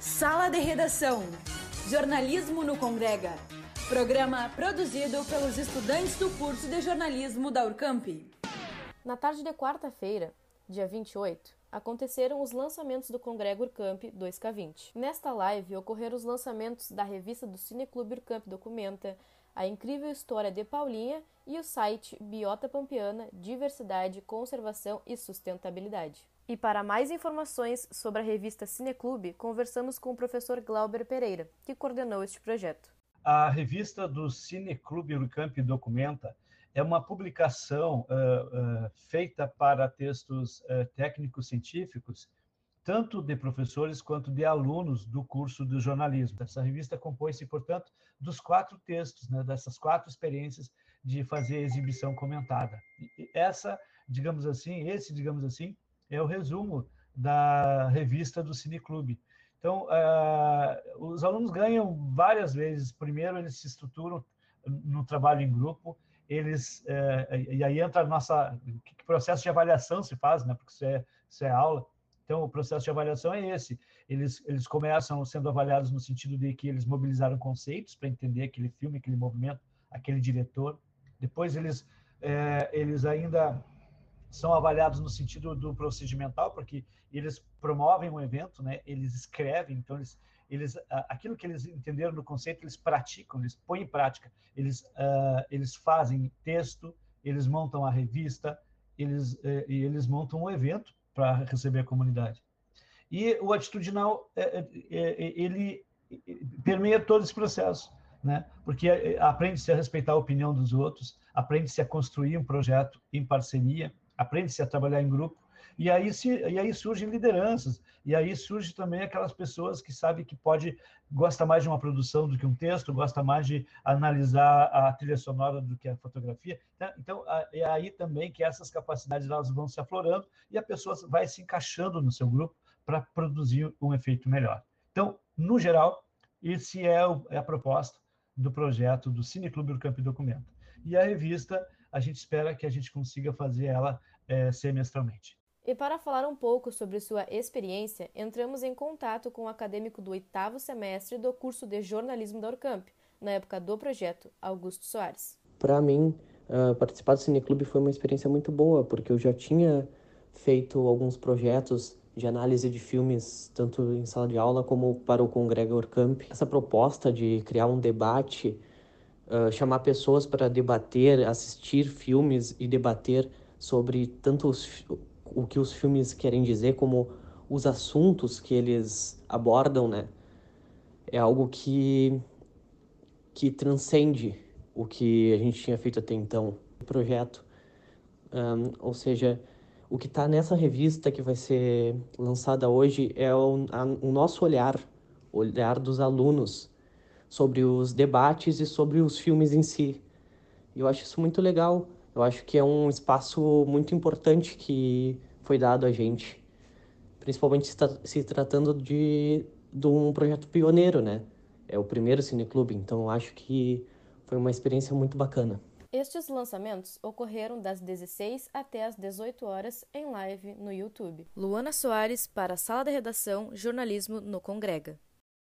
Sala de Redação. Jornalismo no Congrega. Programa produzido pelos estudantes do curso de jornalismo da Urcamp. Na tarde de quarta-feira, dia 28, aconteceram os lançamentos do Congrega Urcamp 2K20. Nesta live ocorreram os lançamentos da revista do Cineclube Urcamp Documenta, A Incrível História de Paulinha e o site Biota Pampiana, Diversidade, Conservação e Sustentabilidade. E para mais informações sobre a revista Cineclube, conversamos com o professor Glauber Pereira, que coordenou este projeto. A revista do Cineclube Urcamp Documenta é uma publicação feita para textos técnicos científicos, tanto de professores quanto de alunos do curso de jornalismo. Essa revista compõe-se, portanto, dos 4 textos, né, dessas 4 experiências de fazer exibição comentada. E digamos assim, é o resumo da revista do Cineclube. Então, os alunos ganham várias vezes. Primeiro, eles se estruturam no trabalho em grupo, e aí entra que processo de avaliação se faz, né? Porque isso é aula. Então, o processo de avaliação é esse. Eles começam sendo avaliados no sentido de que eles mobilizaram conceitos para entender aquele filme, aquele movimento, aquele diretor. Depois, eles ainda são avaliados no sentido do procedimental, porque eles promovem um evento, né? Eles escrevem, então aquilo que eles entenderam no conceito, eles praticam, eles põem em prática, eles fazem texto, eles montam a revista, eles montam um evento para receber a comunidade. E o atitudinal, ele permeia todo esse processo, né? Porque aprende-se a respeitar a opinião dos outros, aprende-se a construir um projeto em parceria, aprende-se a trabalhar em grupo, e aí surgem lideranças, e aí surge também aquelas pessoas que sabem que gosta mais de uma produção do que um texto, gosta mais de analisar a trilha sonora do que a fotografia. Então, é aí também que essas capacidades elas vão se aflorando e a pessoa vai se encaixando no seu grupo para produzir um efeito melhor. Então, no geral, esse é a proposta do projeto do Cineclube Urcamp Documenta. E a revista, a gente espera que a gente consiga fazer ela semestralmente. E para falar um pouco sobre sua experiência, entramos em contato com o acadêmico do 8º semestre do curso de jornalismo da Urcamp, na época do projeto, Augusto Soares. Para mim, participar do Cineclube foi uma experiência muito boa, porque eu já tinha feito alguns projetos de análise de filmes, tanto em sala de aula como para o Congrega Urcamp. Essa proposta de criar um debate, chamar pessoas para debater, assistir filmes e debater sobre tanto o que os filmes querem dizer, como os assuntos que eles abordam, né? É algo que transcende o que a gente tinha feito até então. O projeto, ou seja, o que está nessa revista que vai ser lançada hoje é o nosso olhar, o olhar dos alunos sobre os debates e sobre os filmes em si. E eu acho isso muito legal. Eu acho que é um espaço muito importante que foi dado a gente, principalmente se tratando de um projeto pioneiro, né? É o primeiro cineclube, então eu acho que foi uma experiência muito bacana. Estes lançamentos ocorreram das 16 até as 18 horas em live no YouTube. Luana Soares para a Sala de Redação Jornalismo no Congrega.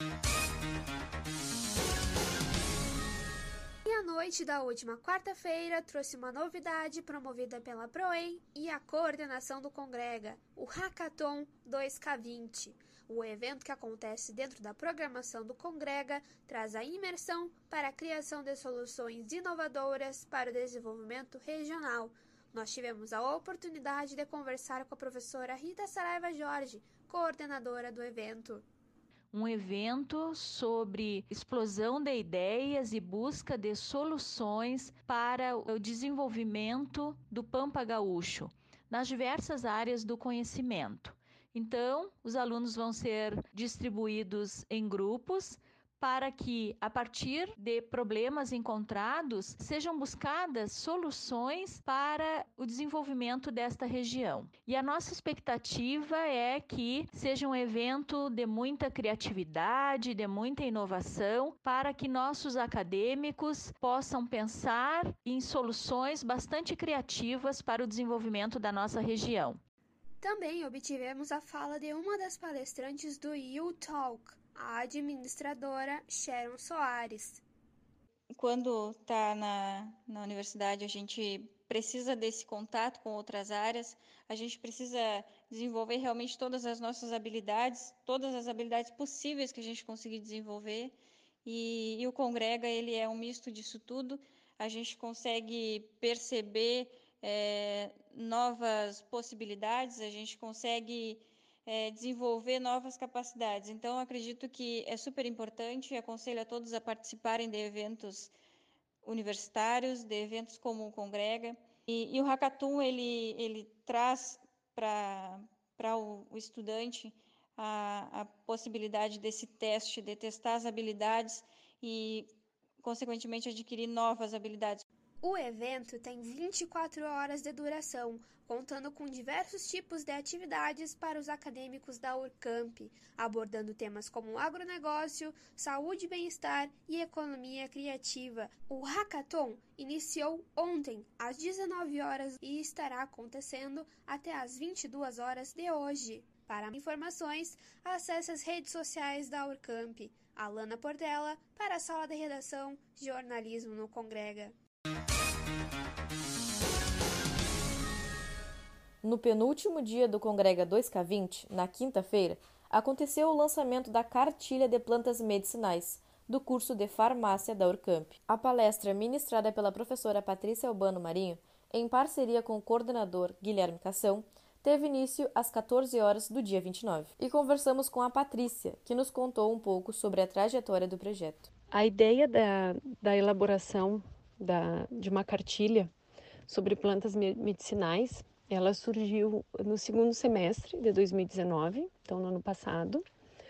A noite da última quarta-feira trouxe uma novidade promovida pela Proem e a coordenação do Congrega, o Hackathon 2K20. O evento que acontece dentro da programação do Congrega traz a imersão para a criação de soluções inovadoras para o desenvolvimento regional. Nós tivemos a oportunidade de conversar com a professora Rita Saraiva Jorge, coordenadora do evento. Um evento sobre explosão de ideias e busca de soluções para o desenvolvimento do Pampa Gaúcho, nas diversas áreas do conhecimento. Então, os alunos vão ser distribuídos em grupos para que, a partir de problemas encontrados, sejam buscadas soluções para o desenvolvimento desta região. E a nossa expectativa é que seja um evento de muita criatividade, de muita inovação, para que nossos acadêmicos possam pensar em soluções bastante criativas para o desenvolvimento da nossa região. Também obtivemos a fala de uma das palestrantes do U-Talk, a administradora Sharon Soares. Quando está na universidade, a gente precisa desse contato com outras áreas, a gente precisa desenvolver realmente todas as nossas habilidades, todas as habilidades possíveis que a gente conseguir desenvolver, e o Congrega, ele é um misto disso tudo. A gente consegue perceber novas possibilidades, a gente consegue desenvolver novas capacidades. Então, acredito que é super importante, aconselho a todos a participarem de eventos universitários, de eventos como o Congrega. E o Hackathon, ele traz para o estudante a possibilidade desse teste, de testar as habilidades e, consequentemente, adquirir novas habilidades. O evento tem 24 horas de duração, contando com diversos tipos de atividades para os acadêmicos da Urcamp, abordando temas como agronegócio, saúde e bem-estar e economia criativa. O Hackathon iniciou ontem, às 19 horas, e estará acontecendo até às 22 horas de hoje. Para informações, acesse as redes sociais da Urcamp. Alana Portela, para a Sala de Redação, Jornalismo no Congrega. No penúltimo dia do Congrega 2K20, na quinta-feira, aconteceu o lançamento da Cartilha de Plantas Medicinais, do curso de Farmácia da Urcamp. A palestra, ministrada pela professora Patrícia Albano Marinho, em parceria com o coordenador Guilherme Cação, teve início às 14 horas do dia 29. E conversamos com a Patrícia, que nos contou um pouco sobre a trajetória do projeto. A ideia da elaboração de uma cartilha sobre plantas medicinais, ela surgiu no segundo semestre de 2019, então no ano passado,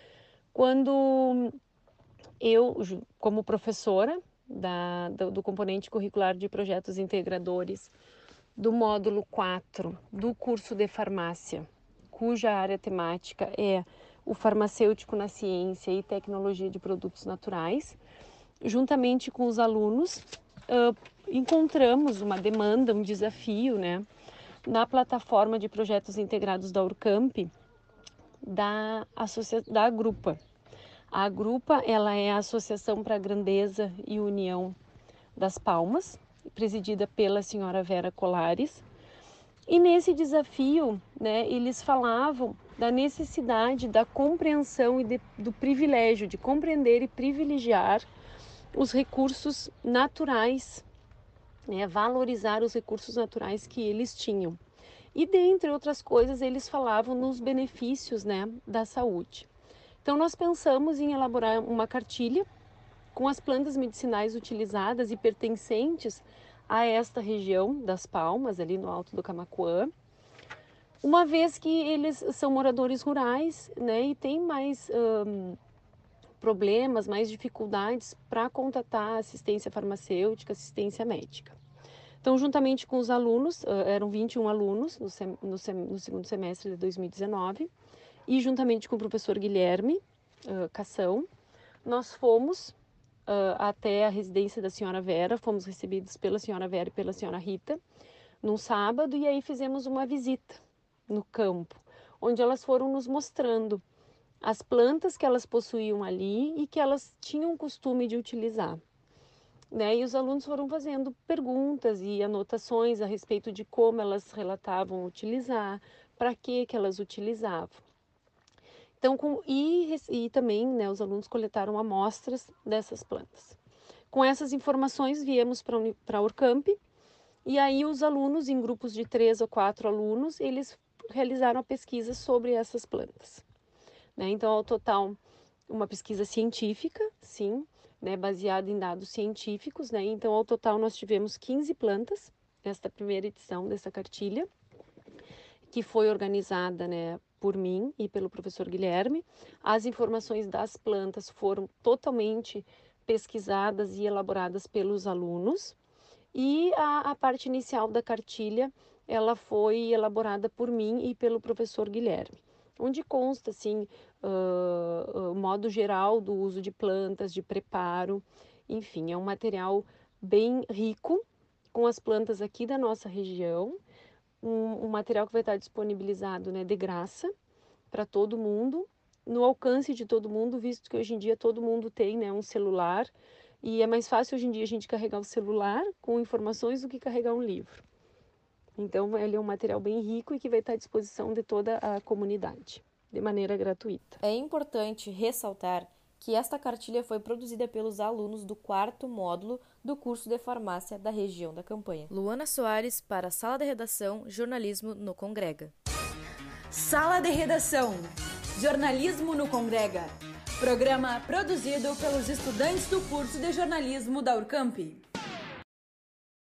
quando eu, como professora do componente curricular de projetos integradores do módulo 4 do curso de farmácia, cuja área temática é o farmacêutico na ciência e tecnologia de produtos naturais, juntamente com os alunos, encontramos uma demanda, um desafio, né, na plataforma de projetos integrados da Urcamp, da Agrupa. A Agrupa, ela é a Associação para a Grandeza e União das Palmas, presidida pela senhora Vera Colares. E nesse desafio, né, eles falavam da necessidade da compreensão e do privilégio de compreender e privilegiar os recursos naturais, né, valorizar os recursos naturais que eles tinham. E, dentre outras coisas, eles falavam nos benefícios, né, da saúde. Então, nós pensamos em elaborar uma cartilha com as plantas medicinais utilizadas e pertencentes a esta região das Palmas, ali no Alto do Camaquã, uma vez que eles são moradores rurais, né, e têm mais problemas, mais dificuldades para contatar assistência farmacêutica, assistência médica. Então, juntamente com os alunos, eram 21 alunos no segundo semestre de 2019, e juntamente com o professor Guilherme Cação, nós fomos até a residência da senhora Vera, fomos recebidos pela senhora Vera e pela senhora Rita, num sábado, e aí fizemos uma visita no campo, onde elas foram nos mostrando as plantas que elas possuíam ali e que elas tinham costume de utilizar. Né? E os alunos foram fazendo perguntas e anotações a respeito de como elas relatavam utilizar, para que elas utilizavam. Então, e também, né, os alunos coletaram amostras dessas plantas. Com essas informações, viemos para a Urcamp, e aí os alunos, em grupos de 3 ou 4 alunos, eles realizaram a pesquisa sobre essas plantas. Né? Então, ao total, uma pesquisa científica, sim, né, baseada em dados científicos. Né? Então, ao total, nós tivemos 15 plantas nesta primeira edição dessa cartilha, que foi organizada, né, por mim e pelo professor Guilherme. As informações das plantas foram totalmente pesquisadas e elaboradas pelos alunos, e a parte inicial da cartilha, ela foi elaborada por mim e pelo professor Guilherme, onde consta, assim, o modo geral do uso de plantas, de preparo, enfim, é um material bem rico, com as plantas aqui da nossa região, um material que vai estar disponibilizado, né, de graça para todo mundo, no alcance de todo mundo, visto que hoje em dia todo mundo tem, né, um celular, e é mais fácil hoje em dia a gente carregar o celular com informações do que carregar um livro. Então, ele é um material bem rico e que vai estar à disposição de toda a comunidade, de maneira gratuita. É importante ressaltar que esta cartilha foi produzida pelos alunos do 4º módulo do curso de farmácia da região da campanha. Luana Soares, para a Sala de Redação, Jornalismo no Congrega. Sala de Redação, Jornalismo no Congrega. Programa produzido pelos estudantes do curso de jornalismo da Urcamp.